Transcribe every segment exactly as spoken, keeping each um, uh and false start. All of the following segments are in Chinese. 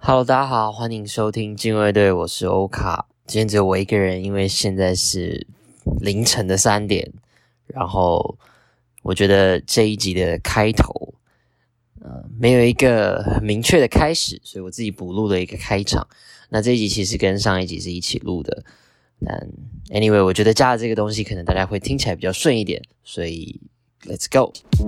Hello， 大家好，欢迎收听禁卫队，我是欧卡。今天只有我一个人，因为现在是凌晨的三点。然后我觉得这一集的开头，呃，没有一个很明确的开始，所以我自己补录了一个开场。那这一集其实跟上一集是一起录的，但 anyway， 我觉得加了这个东西，可能大家会听起来比较顺一点，所以 let's go。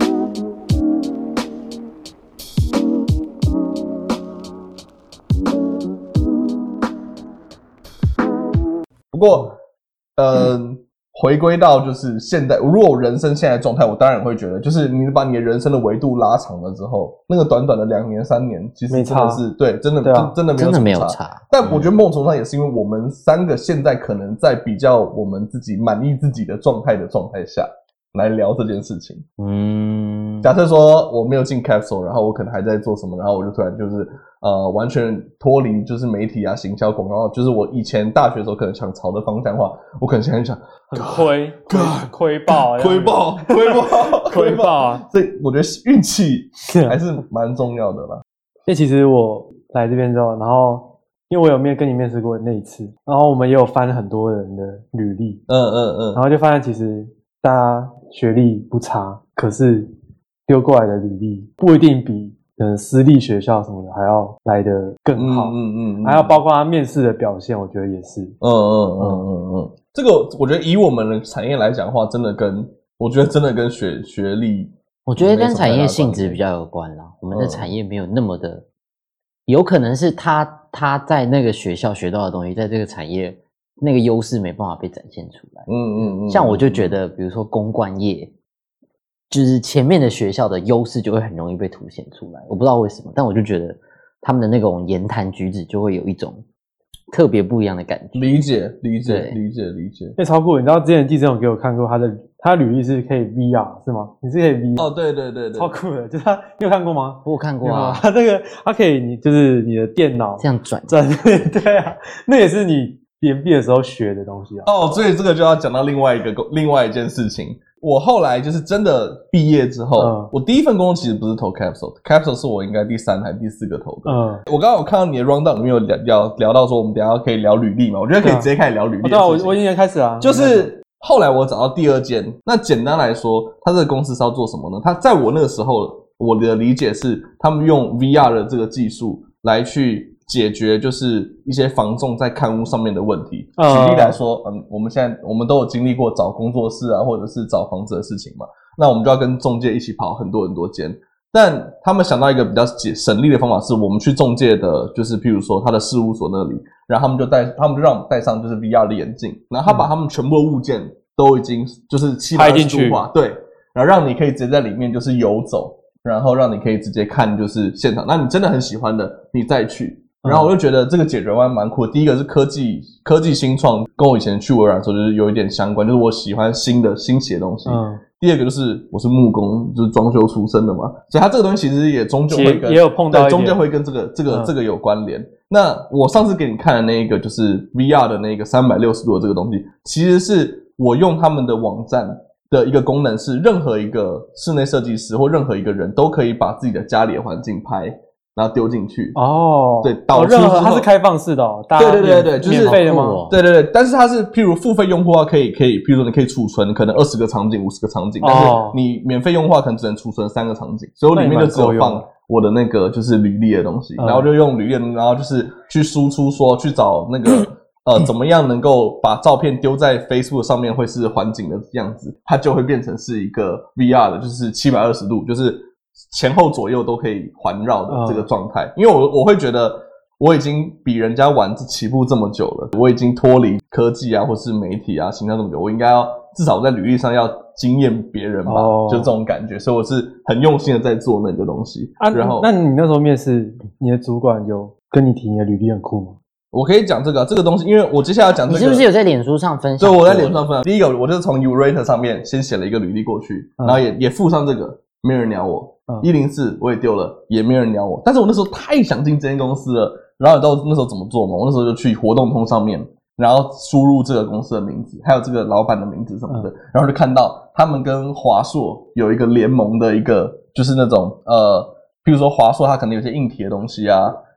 不过，呃，嗯、回归到就是现在，如果我人生现在的状态，我当然会觉得，就是你把你的人生的维度拉长了之后，那个短短的两年、三年，其实真的是对，真的真、啊、真的没有真的没有差。 但我觉得某种程度上也是因为我们三个现在可能在比较我们自己满意自己的状态的状态下来聊这件事情。嗯，假设说我没有进 Capsule， 然后我可能还在做什么，然后我就突然就是呃完全脱离就是媒体啊、行销、广告，就是我以前大学的时候可能想朝的方向的话，我可能现在想很亏，亏爆， 亏爆，亏爆， 亏爆啊！ 所以我觉得运气还是蛮重要的啦。 因为其实我来这边之后，然后因为我有面跟你面试过那一次，然后我们也有翻很多人的履历， 嗯嗯嗯， 然后就发现其实大家学历不差，可是丢过来的履历不一定比嗯私立学校什么的还要来得更好，嗯嗯嗯，还要包括他面试的表现，我觉得也是， 嗯嗯嗯嗯嗯，这个我觉得以我们的产业来讲的话，真的跟我觉得真的跟学学历， 我觉得跟产业性质比较有关啦。我们的产业没有那么的，嗯、有可能是他他在那个学校学到的东西，在这个产业那个优势没办法被展现出来。嗯嗯嗯，像我就觉得，比如说公关业。就是前面的学校的优势就会很容易被凸显出来，我不知道为什么，但我就觉得他们的那种言谈举止就会有一种特别不一样的感觉。 理解，理解，理解，理解。 那超酷！你知道之前记者有给我看过他的，他的履历是可以 V R 是吗？你是可以 V R 哦，对对对对， 超酷的，就是他，你有看过吗？ 我有看过啊， 他这个他可以，你就是你的电脑这样转转，对啊，那也是你研毕的时候学的东西啊。 哦，所以这个就要讲到另外一个另外一件事情。我后来就是真的毕业之后，嗯、我第一份工作其实不是投 Capsule，Capsule 是我应该第三还是第四个投的。嗯，我刚刚有看到你的 rundown 里面有聊聊聊到说，我们等一下可以聊履历嘛？我觉得可以直接开始聊履历。 对啊，我我已经开始啊。 就是后来我找到第二间，那简单来说，他这个公司是要做什么呢？他在我那个时候，我的理解是，他们用 V R 的这个技术来去解决就是一些房仲在看屋上面的问题。举例来说，嗯，我们现在我们都有经历过找工作室啊，或者是找房子的事情嘛。那我们就要跟仲介一起跑很多很多间。但他们想到一个比较省力的方法，是我们去仲介的，就是譬如说他的事务所那里，然后他们就带，他们就让我们带上就是 V R 的眼镜，然后他把他们全部的物件都已经就是七百二十度化，对，然后让你可以直接在里面就是游走，然后让你可以直接看就是现场。那你真的很喜欢的，你再去。然后我就觉得这个解决方案蛮酷的。第一个是科技科技新创，跟我以前去微软的时候就是有一点相关，就是我喜欢新的新奇的东西。嗯。第二个就是我是木工，就是装修出身的嘛，所以它这个东西其实也终究会跟也有碰到， 对，终究会跟这个这个、嗯、这个有关联。那我上次给你看的那一个就是 V R 的那个三百六十度的这个东西，其实是我用他们的网站的一个功能，是任何一个室内设计师或任何一个人都可以把自己的家里的环境拍。然后丢进去哦， 对，导出之后、 哦、它是开放式的哦，大家对对对对，就是免费的吗？ 对对对，但是它是譬如付费用户的话，可以可以，譬如说你可以储存可能二十个场景、五十个场景，但是你免费用的话，可能只能储存三个场景，所以我里面就只有放我的那个就是履历的东西，然后就用履历，然后就是去输出说去找那个呃怎么样能够把照片丢在 Facebook 上面会是环境的样子，它就会变成是一个 V R 的，就是七百二十度，就是。前后左右都可以环绕的这个状态，嗯、因为我我会觉得我已经比人家晚起步这么久了，我已经脱离科技啊或是媒体啊形象这么久，我应该要至少在履历上要惊艳别人吧，哦、就这种感觉，所以我是很用心的在做那个东西。 啊， 然后那你那时候面试，你的主管有跟你提你的履历很酷吗？ 我可以讲这个、啊、这个东西，因为我接下来要讲这个， 你是不是有在脸书上分享？ 对，我在脸书上分享。第一个，我就是从 Urate 上面先写了一个履历过去，嗯、然后也也附上这个。没人鸟我，一零四我也丢了，也没人鸟我。但是我那时候太想进这间公司了，然后你知道那时候怎么做吗？我那时候就去活动通上面，然后输入这个公司的名字，还有这个老板的名字什么的，然后就看到他们跟华硕有一个联盟的一个，就是那种呃，譬如说华硕它可能有些硬体的东西啊。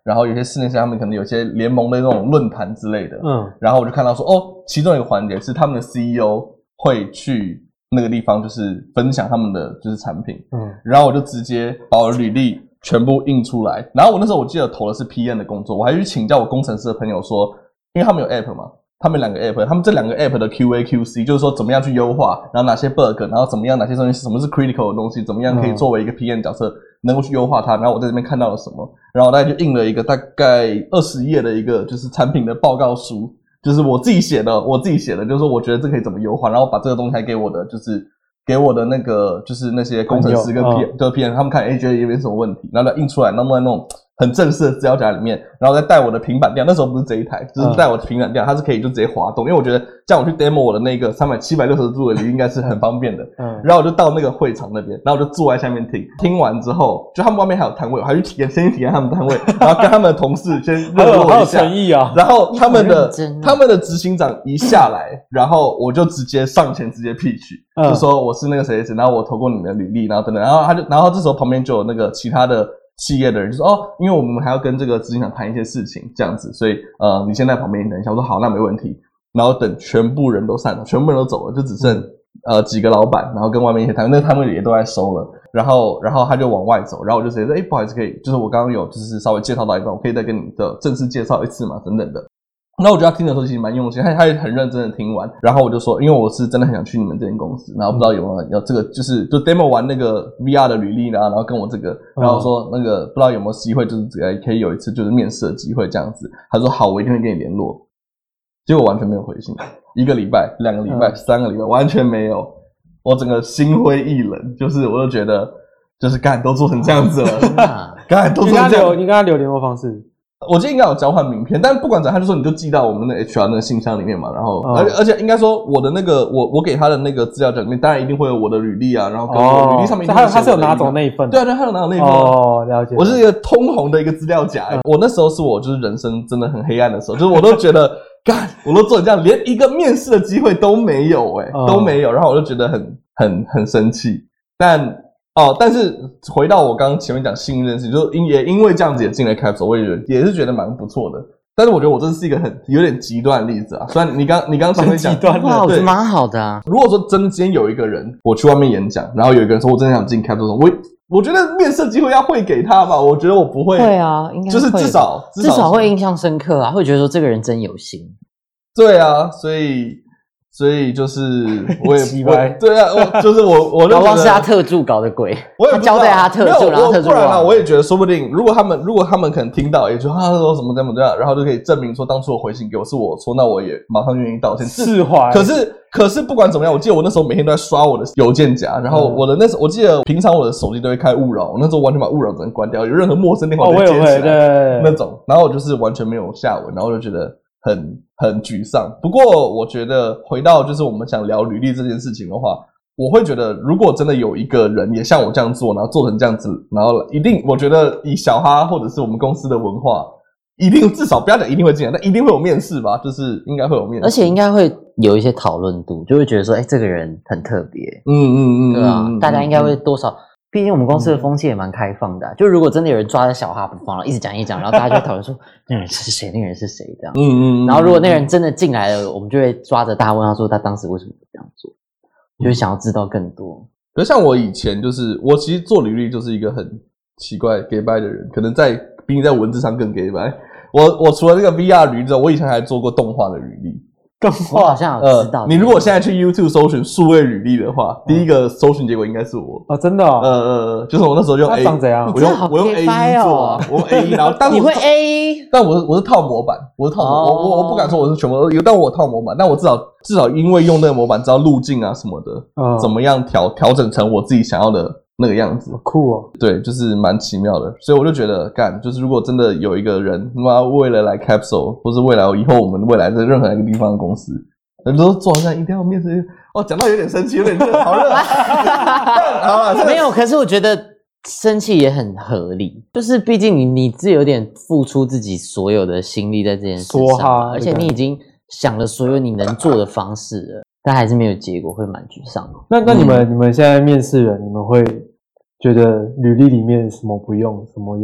然后有些室内设计他们可能有些联盟的那种论坛之类的，嗯，然后我就看到说，哦，其中一个环节是他们的 C E O 会去那个地方，就是分享他们的就是产品，嗯，然后我就直接把我的履历全部印出来，然后我那时候我记得投的是 P M 的工作，我还去请教我工程师的朋友说，因为他们有 App 嘛。他们两个 app， 他们这两个 app 的 Q A Q C 就是说怎么样去优化，然后哪些 bug， 然后怎么样哪些东西什么是 critical 的东西，怎么样可以作为一个 P M 角色能够去优化它。然后我在这边看到了什么，然后我大概就印了一个大概二十页的一个就是产品的报告书，就是我自己写的，我自己写的，就是说我觉得这可以怎么优化，然后把这个东西还给我的就是给我的那个就是那些工程师跟 P M 就是 P M 他们看，哎，觉得有没有什么问题，然后再印出来，弄在那种很正式的资料夹里面，然后再带我的平板电脑，那时候不是这一台，就是带我的平板电脑，它是可以就直接滑动，因为我觉得这样我去 demo 我的那个三百七百六十度的应该是很方便的。嗯，然后我就到那个会场那边，然后我就坐在下面听，听完之后，就他们外面还有摊位，我还去体验，先去体验他们摊位，然后跟他们的同事先热络一下， 好有诚意啊。 然后他们的他们的执行长一下来，然后我就直接上前直接 pitch，嗯，就说我是那个谁谁谁，然后我投过你们的履历，然后等等，然后他就，然后这时候旁边就有那个其他的企业的人就说哦，因为我们还要跟这个执行长谈一些事情，这样子，所以呃，你先在旁边等一下。我说好，那没问题。然后等全部人都散了，全部人都走了，就只剩呃几个老板，然后跟外面一些摊位，那个摊位也都在收了。然后，然后他就往外走，然后我就直接说，哎，不好意思，可以，就是我刚刚有就是稍微介绍到一半，我可以再跟你的正式介绍一次嘛，等等的。那我觉得他听的时候其实蛮用心，他他也很认真的听完，然后我就说，因为我是真的很想去你们这间公司，然后不知道有没有要这个，就是就 demo 完那个 V R 的履历啦，然后跟我这个，然后说那个不知道有没有机会，就是可以有一次就是面试的机会这样子。他说好，我一定会跟你联络。结果完全没有回信，一个礼拜、两个礼拜、三个礼拜，完全没有。我整个心灰意冷，就是我就觉得，就是干都做成这样子了，干都做成这样。 你跟他留联络方式。 我记得应该有交换名片，但不管怎样，他就说你就寄到我们的 H R 那个信箱里面嘛。然后，而且、哦、而且应该说我的那个我我给他的那个资料夹里面，当然一定会有我的履历啊，然后跟我履历上面一定会有我的履历、哦、 他他是有拿走那一份， 对啊对，他有拿走那一份。 哦，了解。 我是一个通红的一个资料夹、嗯，我那时候是我就是人生真的很黑暗的时候，就是我都觉得干，我都做成这样，连一个面试的机会都没有、欸，哎、嗯，都没有。然后我就觉得很很很生气，但。哦，但是回到我刚刚前面讲幸运这件事情，就是因也因为这样子也进了 Capsule， 我也觉得也是觉得蛮不错的。但是我觉得我这是一个很有点极端的例子啊。虽然你刚你刚刚前面讲极端的， 哇，我觉得蛮好的啊。 如果说真的今天有一个人，我去外面演讲，然后有一个人说我真的想进 Capsule， 我我觉得面试机会要会给他吧。我觉得我不会， 会啊，应该就是至少至少, 至少会印象深刻啊，会觉得说这个人真有心。 对啊，所以。所以就是我也我对啊，我就是我我就觉得是他特助搞的鬼， 我也他交代他特助，然后特助不然啦，我也觉得说不定，如果他们如果他们可能听到，也就他说什么怎么这样，然后就可以证明说当初我回信给我是我错，那我也马上愿意道歉释怀。 可是可是不管怎么样，我记得我那时候每天都在刷我的邮件夹，然后我的那时候我记得平常我的手机都会开勿扰，我那时候完全把勿扰整关掉，有任何陌生电话我就接起来、哦、对那种，然后我就是完全没有下文，然后我就觉得。很很沮丧，不过我觉得回到就是我们想聊履历这件事情的话，我会觉得如果真的有一个人也像我这样做，然后做成这样子，然后一定我觉得以小哈或者是我们公司的文化，一定至少不要讲一定会进来，但一定会有面试吧，就是应该会有面试， 而且应该会有一些讨论度，就会觉得说，哎、欸，这个人很特别， 嗯嗯嗯， 对啊，大家应该会多少。毕竟我们公司的风气也蛮开放的、啊嗯，就如果真的有人抓着小哈不放了，一直讲一讲，然后大家就讨论说那个人是谁，那个人是谁这样。嗯嗯。然后如果那个人真的进来了，我们就会抓着大家问他说他当时为什么这样做，就是想要知道更多。 可是像我以前就是我其实做履历就是一个很奇怪 gay bye 的人，可能在比你在文字上更 gay bye。我我除了这个 V R 履历之后，我以前还做过动画的履历。 动画好像有知道、 呃。你如果现在去 YouTube 搜寻数位履历的话，嗯、第一个搜寻结果应该是我啊、哦，真的、哦。 呃呃，就是我那时候用 A， 长怎样？ 我用我用 A 一做啊，我用 A 一，然后但你会 A 一， 但我是我是套模板，我是套模，哦、我我我不敢说我是全部都有，但我套模板，但我至少至少因为用那个模板，知道路径啊什么的，嗯、怎么样调调整成我自己想要的。那个样子酷哦， 对，就是蛮奇妙的，所以我就觉得干，就是如果真的有一个人他妈为了来 Capsule， 或是未来以后我们未来在任何一个地方的公司，人都做好像一定要面试哦，讲到有点生气，有点热，好热。好啦， 没有，可是我觉得生气也很合理，就是毕竟你你是有点付出自己所有的心力在这件事上嘛，而且你已经想了所有你能做的方式了，但还是没有结果，会蛮沮丧的。 那那你们、嗯、你们现在面试人，你们会觉得履历里面什么不用，什么要？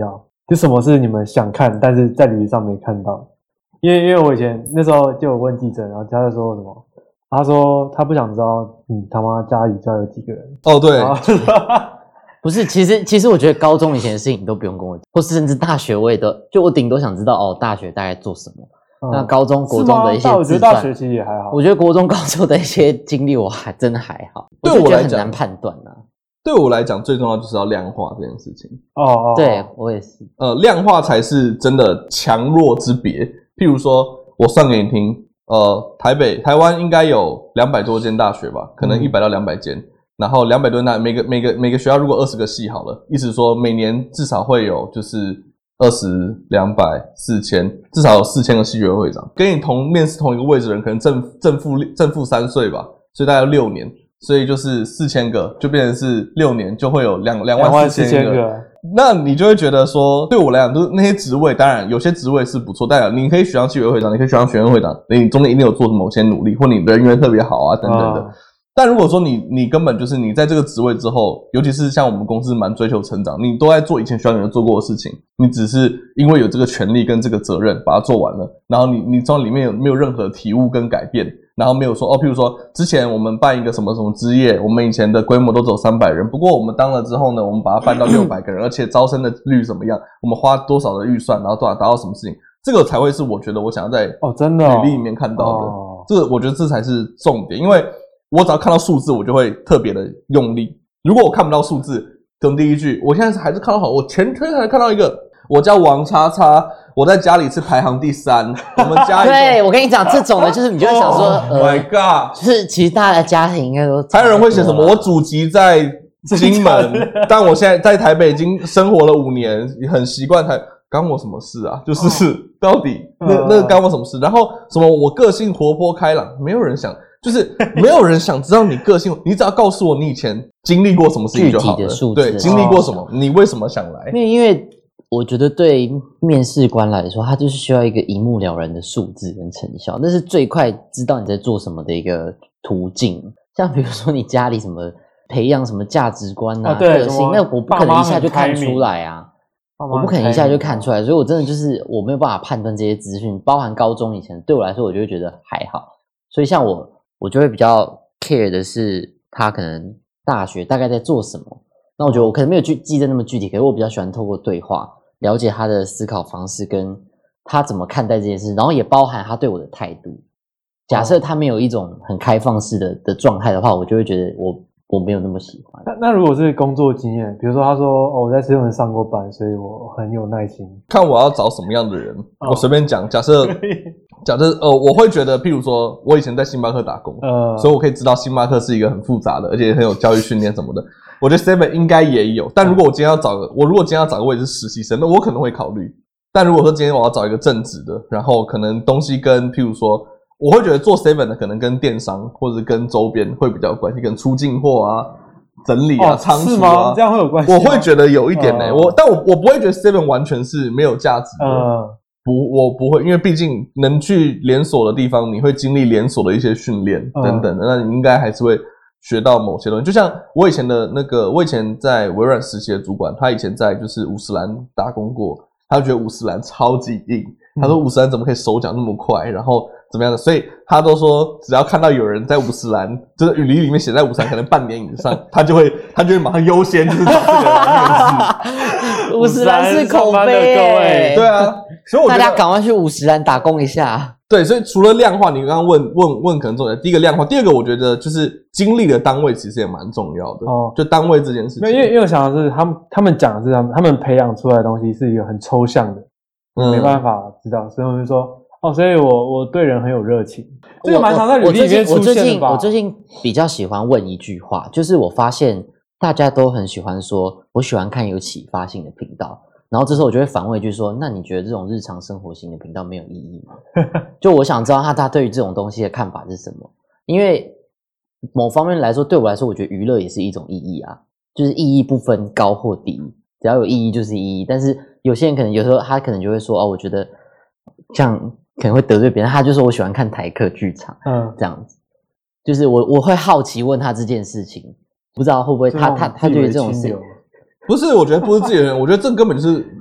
就什么是你们想看，但是在履历上没看到？因为因为我以前那时候就有问记者，然后他就说什么？他说他不想知道你他妈家里家有几个人。 哦，对， 不是，其实其实我觉得高中以前的事情都不用跟我讲，或是甚至大学我也都，就我顶多想知道哦，大学大概做什么。嗯、那高中国中的一些自传， 我觉得大学其实也还好。 我觉得国中高中的一些经历我还真的还好， 对我来讲很难判断啊。 对我来讲，最重要就是要量化这件事情。 哦哦， 对我也是。 呃，量化才是真的强弱之别。譬如说，我算给你听，呃，台北、台湾应该有两百多间大学吧，可能一百到两百间。嗯、然后两百多间，每个每个每个学校如果二十个系好了，意思说每年至少会有就是二十、两百、四千，至少有四千个系学会会长，跟你同面试同一个位置的人，可能正正负正负三岁吧，所以大概有六年。所以就是四千个，就变成是六年就会有两两万四千个。那你就会觉得说，对我来讲，就是那些职位，当然有些职位是不错，代表你可以选上系学会长，你可以选上学生会长，你中间一定有做某些努力，或你人缘特别好啊，等等的。哦、但如果说你你根本就是你在这个职位之后，尤其是像我们公司蛮追求成长，你都在做以前学校里面做过的事情，你只是因为有这个权利跟这个责任把它做完了，然后你你从里面有没有任何体悟跟改变？然后没有说哦，譬如说之前我们办一个什么什么之夜，我们以前的规模都只有三百人，不过我们当了之后呢，我们把它办到六百个人，而且招生的率怎么样？我们花多少的预算，然后多少达到什么事情？这个才会是我觉得我想要在哦真的履历里面看到的。哦、这个我觉得这才是重点，因为我只要看到数字，我就会特别的用力。如果我看不到数字，跟第一句，我现在还是看到好，我前天才看到一个，我叫王叉叉。我在家里是排行第三，我们家对我跟你讲，这种的就是你就会想说 ，Oh my God， 就是其实大家的家庭应该都还有人会写什么？我祖籍在金门，但我现在在台北已经生活了五年，很习惯台，干我什么事啊？就是、oh. 到底那那个干我什么事？然后什么我个性活泼开朗，没有人想，就是没有人想知道你个性，你只要告诉我你以前经历过什么事情就好了。对，经历过什么？你为什么想来？ 因为因为。我觉得对面试官来说，他就是需要一个一目了然的数字跟成效，那是最快知道你在做什么的一个途径。像比如说你家里什么培养什么价值观啊、个性，那我不可能一下就看出来啊，我不可能一下就看出来，所以我真的就是我没有办法判断这些资讯，包含高中以前对我来说，我就会觉得还好。所以像我，我就会比较 care 的是他可能大学大概在做什么。那我觉得我可能没有去记得那么具体，可是我比较喜欢透过对话了解他的思考方式跟他怎么看待这件事，然后也包含他对我的态度。假设他没有一种很开放式的的状态的话，我就会觉得我我没有那么喜欢。 那那如果是工作经验，比如说他说哦我在C seven上过班，所以我很有耐心。 看我要找什么样的人，哦、我随便讲。假设假设呃，我会觉得，譬如说我以前在星巴克打工，呃，所以我可以知道星巴克是一个很复杂的，而且很有教育训练什么的。我觉得 seven 应该也有，但如果我今天要找个，我如果今天要找个位置是实习生，那我可能会考虑。但如果说今天我要找一个正职的，然后可能东西跟譬如说，我会觉得做 seven 的可能跟电商或者跟周边会比较有关系，跟出进货啊、整理啊、仓储啊， 这样会有关系吗？ 我会觉得有一点呢、欸呃，我但我我不会觉得 seven 完全是没有价值的。呃不，我不会，因为毕竟能去连锁的地方，你会经历连锁的一些训练等等的，呃、那你应该还是会学到某些东西。就像我以前的那个，我以前在微软实习的主管，他以前在就是五十岚打工过，他就觉得五十岚超级硬，他说五十岚怎么可以手脚那么快，然后怎么样的，所以他都说只要看到有人在五十岚，就是履历里面写在五十岚可能半年以上，他就会他就会马上优先就是找这个人来面试。五十岚是口碑欸， 对啊，所以我觉得大家赶快去五十岚打工一下。 对，所以除了量化，你刚刚问问问可能重点，第一个量化，第二个我觉得就是经历的单位其实也蛮重要的哦，就单位这件事情。 因为因为我想的是他们他们讲的是他们他们培养出来的东西是一个很抽象的，嗯，没办法知道，所以我就说哦，所以我我对人很有热情，这个蛮常在履历里面出现的吧。 我最近比较喜欢问一句话，就是我发现大家都很喜欢说，我喜欢看有启发性的频道。然后这时候我就会反问一句说，那你觉得这种日常生活型的频道没有意义吗？就我想知道他他对于这种东西的看法是什么。因为某方面来说，对我来说，我觉得娱乐也是一种意义啊，就是意义不分高或低，只要有意义就是意义。但是有些人可能有时候他可能就会说，哦，我觉得像可能会得罪别人，他就说我喜欢看台客剧场，嗯，这样子，就是我我会好奇问他这件事情，不知道会不会他他他对于这种事。 不是，我觉得不是自己的人，我觉得这根本就是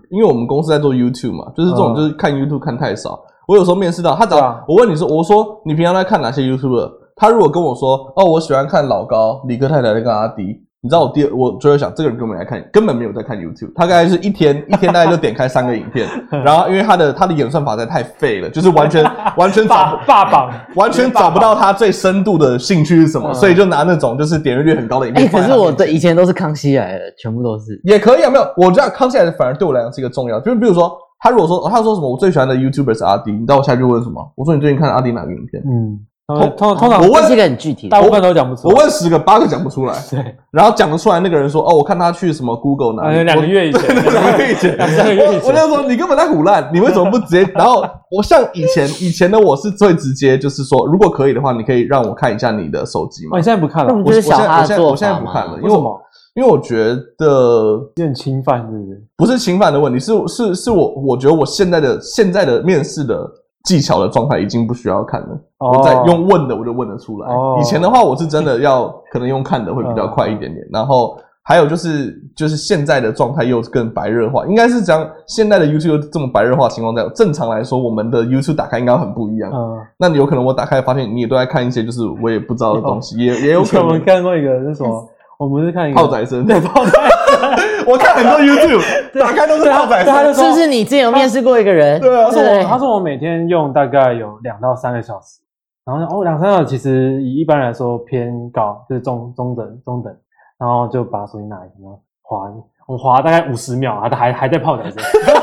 因为我们公司在做 YouTube 嘛，就是这种就是看 YouTube 看太少。我有时候面试到他找、啊、我问你说，我说你平常在看哪些 YouTuber？ 他如果跟我说，哦，我喜欢看老高、理科太太跟阿迪，你知道我第我就会想，这个人根本来看，根本没有在看 YouTube。他大概是一天一天大概就点开三个影片，然后因为他的他的演算法实在太废了，就是完全完全找霸榜， 完全找不到他最深度的兴趣是什么，嗯、所以就拿那种就是点阅率很高的影片。 哎、欸，可是我的以前都是康熙来了，全部都是也可以啊，没有，我觉得康熙来的反而对我来讲是一个重要，就是比如说。他如果说他说什么我最喜欢的 YouTuber 是阿迪，你知道我下一句问什么？我说你最近看阿迪哪个影片？ 嗯，通通通常我问这个很具体， 大部分都讲不出来。 我问十个八个讲不出来， 对。 然后讲得出来那个人说哦，我看他去什么 Google 哪里？ 两、呃、个月以前， 两个月以前， 两个月以前。 我, 我就说你根本在唬烂，你为什么不直接？然后我像以前以前的我是最直接，就是说如果可以的话，你可以让我看一下你的手机吗？ 哦，你现在不看了？ 我就是小哈的做法我现在不看了， 为什么？ 因为我觉得有点侵犯，是不是？ 不是侵犯的问题，是是是我我觉得我现在的现在的面试的技巧的状态已经不需要看了，哦、我在用问的我就问得出来。哦、以前的话，我是真的要可能用看的会比较快一点点。嗯、然后还有就是就是现在的状态又更白热化，应该是讲现在的 YouTube 这么白热化情况下，正常来说我们的 YouTube 打开应该很不一样。嗯、那你有可能我打开发现你也都在看一些就是我也不知道的东西，哦、也也有可能。 我们看过一个是什么？我们是看一个炮仔声， 对炮仔声， 我看很多 YouTube 打开都是炮仔声， 是不是你之前有面试过一个人？ 对啊， 他说我他说我每天用大概有两到三个小时，然后哦两三个小时其实以一般来说偏高，就是中中等中等，然后就把手机拿来然后滑，我滑大概五十秒，还还还在炮仔声，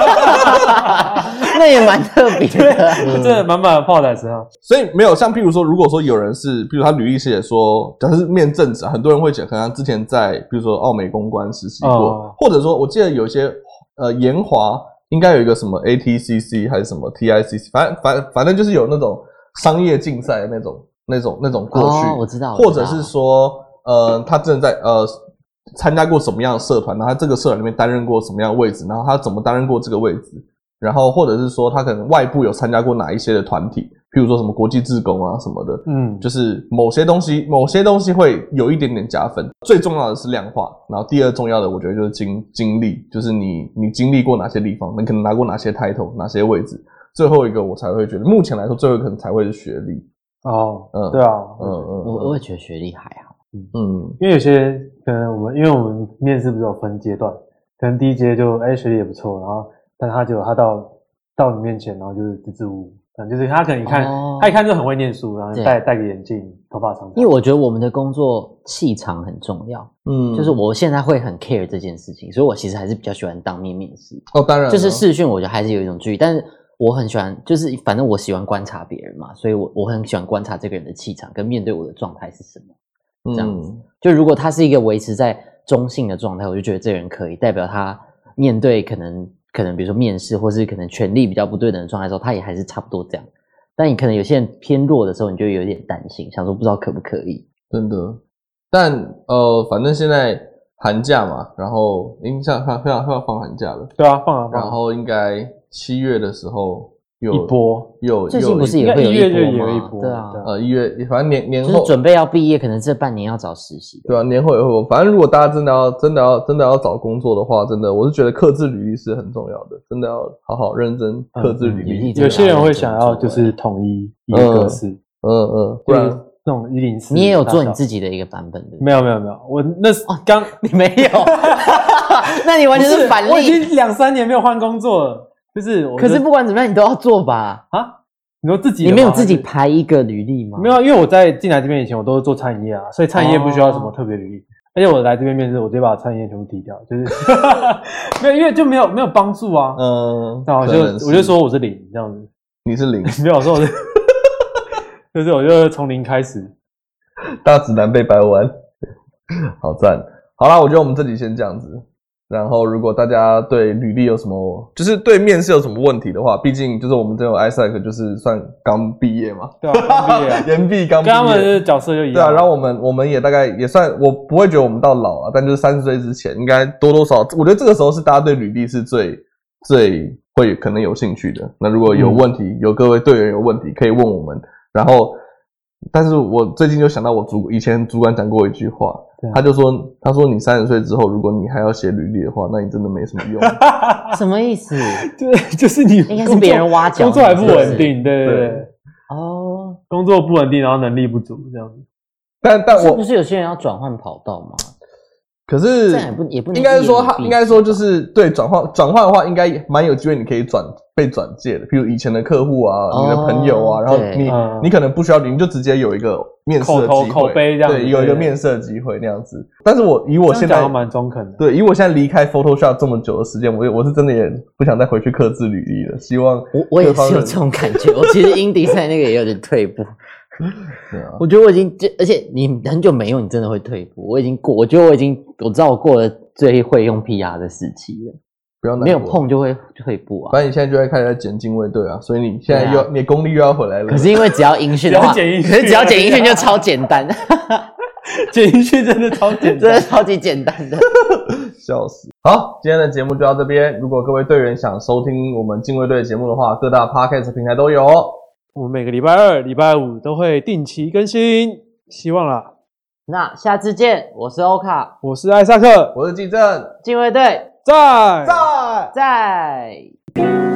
那也蛮特别的， 真的满满的炮仔声啊。 所以没有像譬如说，如果说有人是，比如他履历写说，假设是面正职，很多人会写，可能他之前在比如说奥美公关实习过，哦、或者说我记得有些呃研华应该有一个什么 A T C C 还是什么 T I C C， 反正反反正就是有那种商业竞赛的那种那种那种过去， 哦、我知道， 或者是说呃他真的在呃。参加过什么样的社团，然后他这个社团里面担任过什么样的位置，然后他怎么担任过这个位置，然后或者是说他可能外部有参加过哪一些的团体，譬如说什么国际志工啊什么的，嗯，就是某些东西某些东西会有一点点加分。最重要的是量化，然后第二重要的我觉得就是经经历，就是你你经历过哪些地方，你可能拿过哪些 title 哪些位置，最后一个我才会觉得目前来说最后一个可能才会是学历。 哦，嗯，对啊，嗯嗯，我我也觉得学历还好。 嗯，因为有些可能我们，因为我们面试不是有分阶段，可能第一阶就哎学历也不错，然后但他就他到到你面前，然后就是支支吾吾，就是他可能一看、哦、他一看就很会念书，然后戴戴个眼镜，头发长长。 因为我觉得我们的工作气场很重要，嗯，就是我现在会很 care 这件事情，所以我其实还是比较喜欢当面面试。 哦，当然， 就是视讯，我觉得还是有一种距离，但是我很喜欢，就是反正我喜欢观察别人嘛，所以我我很喜欢观察这个人的气场跟面对我的状态是什么。这样子，嗯、就如果他是一个维持在中性的状态，我就觉得这个人可以代表他面对可能可能比如说面试或是可能权力比较不对等的状态的时候，他也还是差不多这样。但你可能有些人偏弱的时候，你就有点担心，想说不知道可不可以。 真的，但呃，反正现在寒假嘛，然后应该非常要放寒假了。 对啊，放啊放啊。 然后应该七月的时候。有一波， 有最近不是也会有一波吗？ 有一波， 对啊， 呃，一月反正年年后就是准备要毕业，可能这半年要找实习， 对啊，年后也会有。反正如果大家真的要真的要真的要找工作的话，真的我是觉得客制履历是很重要的，真的要好好认真客制履历。 嗯、有些人会想要就是统一一个格式， 嗯嗯，不然那种一零四， 你也有做你自己的一个版本的？ 没有没有没有，我那是刚、哦、 你没有，那你完全是反例。 我已经两三年没有换工作了。就是我， 可是不管怎么样，你都要做吧？ 啊，你说自己， 你没有自己排一个履历吗？ 没有，因为我在进来这边以前，我都是做餐饮业啊，所以餐饮业不需要什么特别履历。哦、而且我来这边面试，我直接把餐饮业全部踢掉，就是没有，因为就没有没有帮助啊。嗯，那我就我就说我是零这样子， 你是零， 没有我说我是，就是我就从零开始， 大指南被掰弯，好赞。好啦，我觉得我们这集先这样子。然后，如果大家对履历有什么，就是对面试有什么问题的话，毕竟就是我们这种 Isaac 就是算刚毕业嘛， 对啊，刚毕业、啊， 研毕刚毕业， 跟他们的角色就一样。 对啊，然后我们我们也大概也算，我不会觉得我们到老啊，但就是三十岁之前，应该多多少，我觉得这个时候是大家对履历是最最会可能有兴趣的。那如果有问题，嗯、有各位队员有问题可以问我们，然后但是我最近就想到我主以前主管讲过一句话，他就说他说你三十岁之后，如果你还要写履历的话，那你真的没什么用。 什么意思？ 对，就是你应该是别人挖角， 工作还不稳定，对对对。 哦， 工作不稳定，然后能力不足这样子。 但但我是不是有些人要转换跑道吗？ 可是这样也不也不能应该是说他应该说就是对转换转换的话，应该蛮有机会你可以转被转介的，比如以前的客户啊、哦、你的朋友啊，然后你、嗯、你可能不需要你就直接有一个面试的机会， 口口碑这样子， 对，有一个面试的机会那样子。但是我以我现在蛮中肯的， 对，以我现在离开 Photoshop 这么久的时间，我我是真的也不想再回去刻字履历了。希望我我也是有这种感觉，我其实 Indie 在那个也有点退步。对啊，我觉得我已经，而且你很久没用，你真的会退步。我已经过，我觉得我已经，我知道我过了最会用 P R 的时期了。 不要难过， 没有碰就会退步啊。 反正你现在就在开始在剪进位队啊，所以你现在又、啊、你的功力又要回来了。 可是因为只要音讯的话，可是只要剪音讯就超简单， 剪音讯真的超简单， 真的超级简单的。 笑死！好，今天的节目就到这边。如果各位队员想收听我们进位队的节目的话，各大 Podcast 平台都有哦。 我们每个礼拜二、礼拜五都会定期更新，希望啦。 那下次见，我是欧卡， 我是艾萨克， 我是季正， 禁卫队在在在。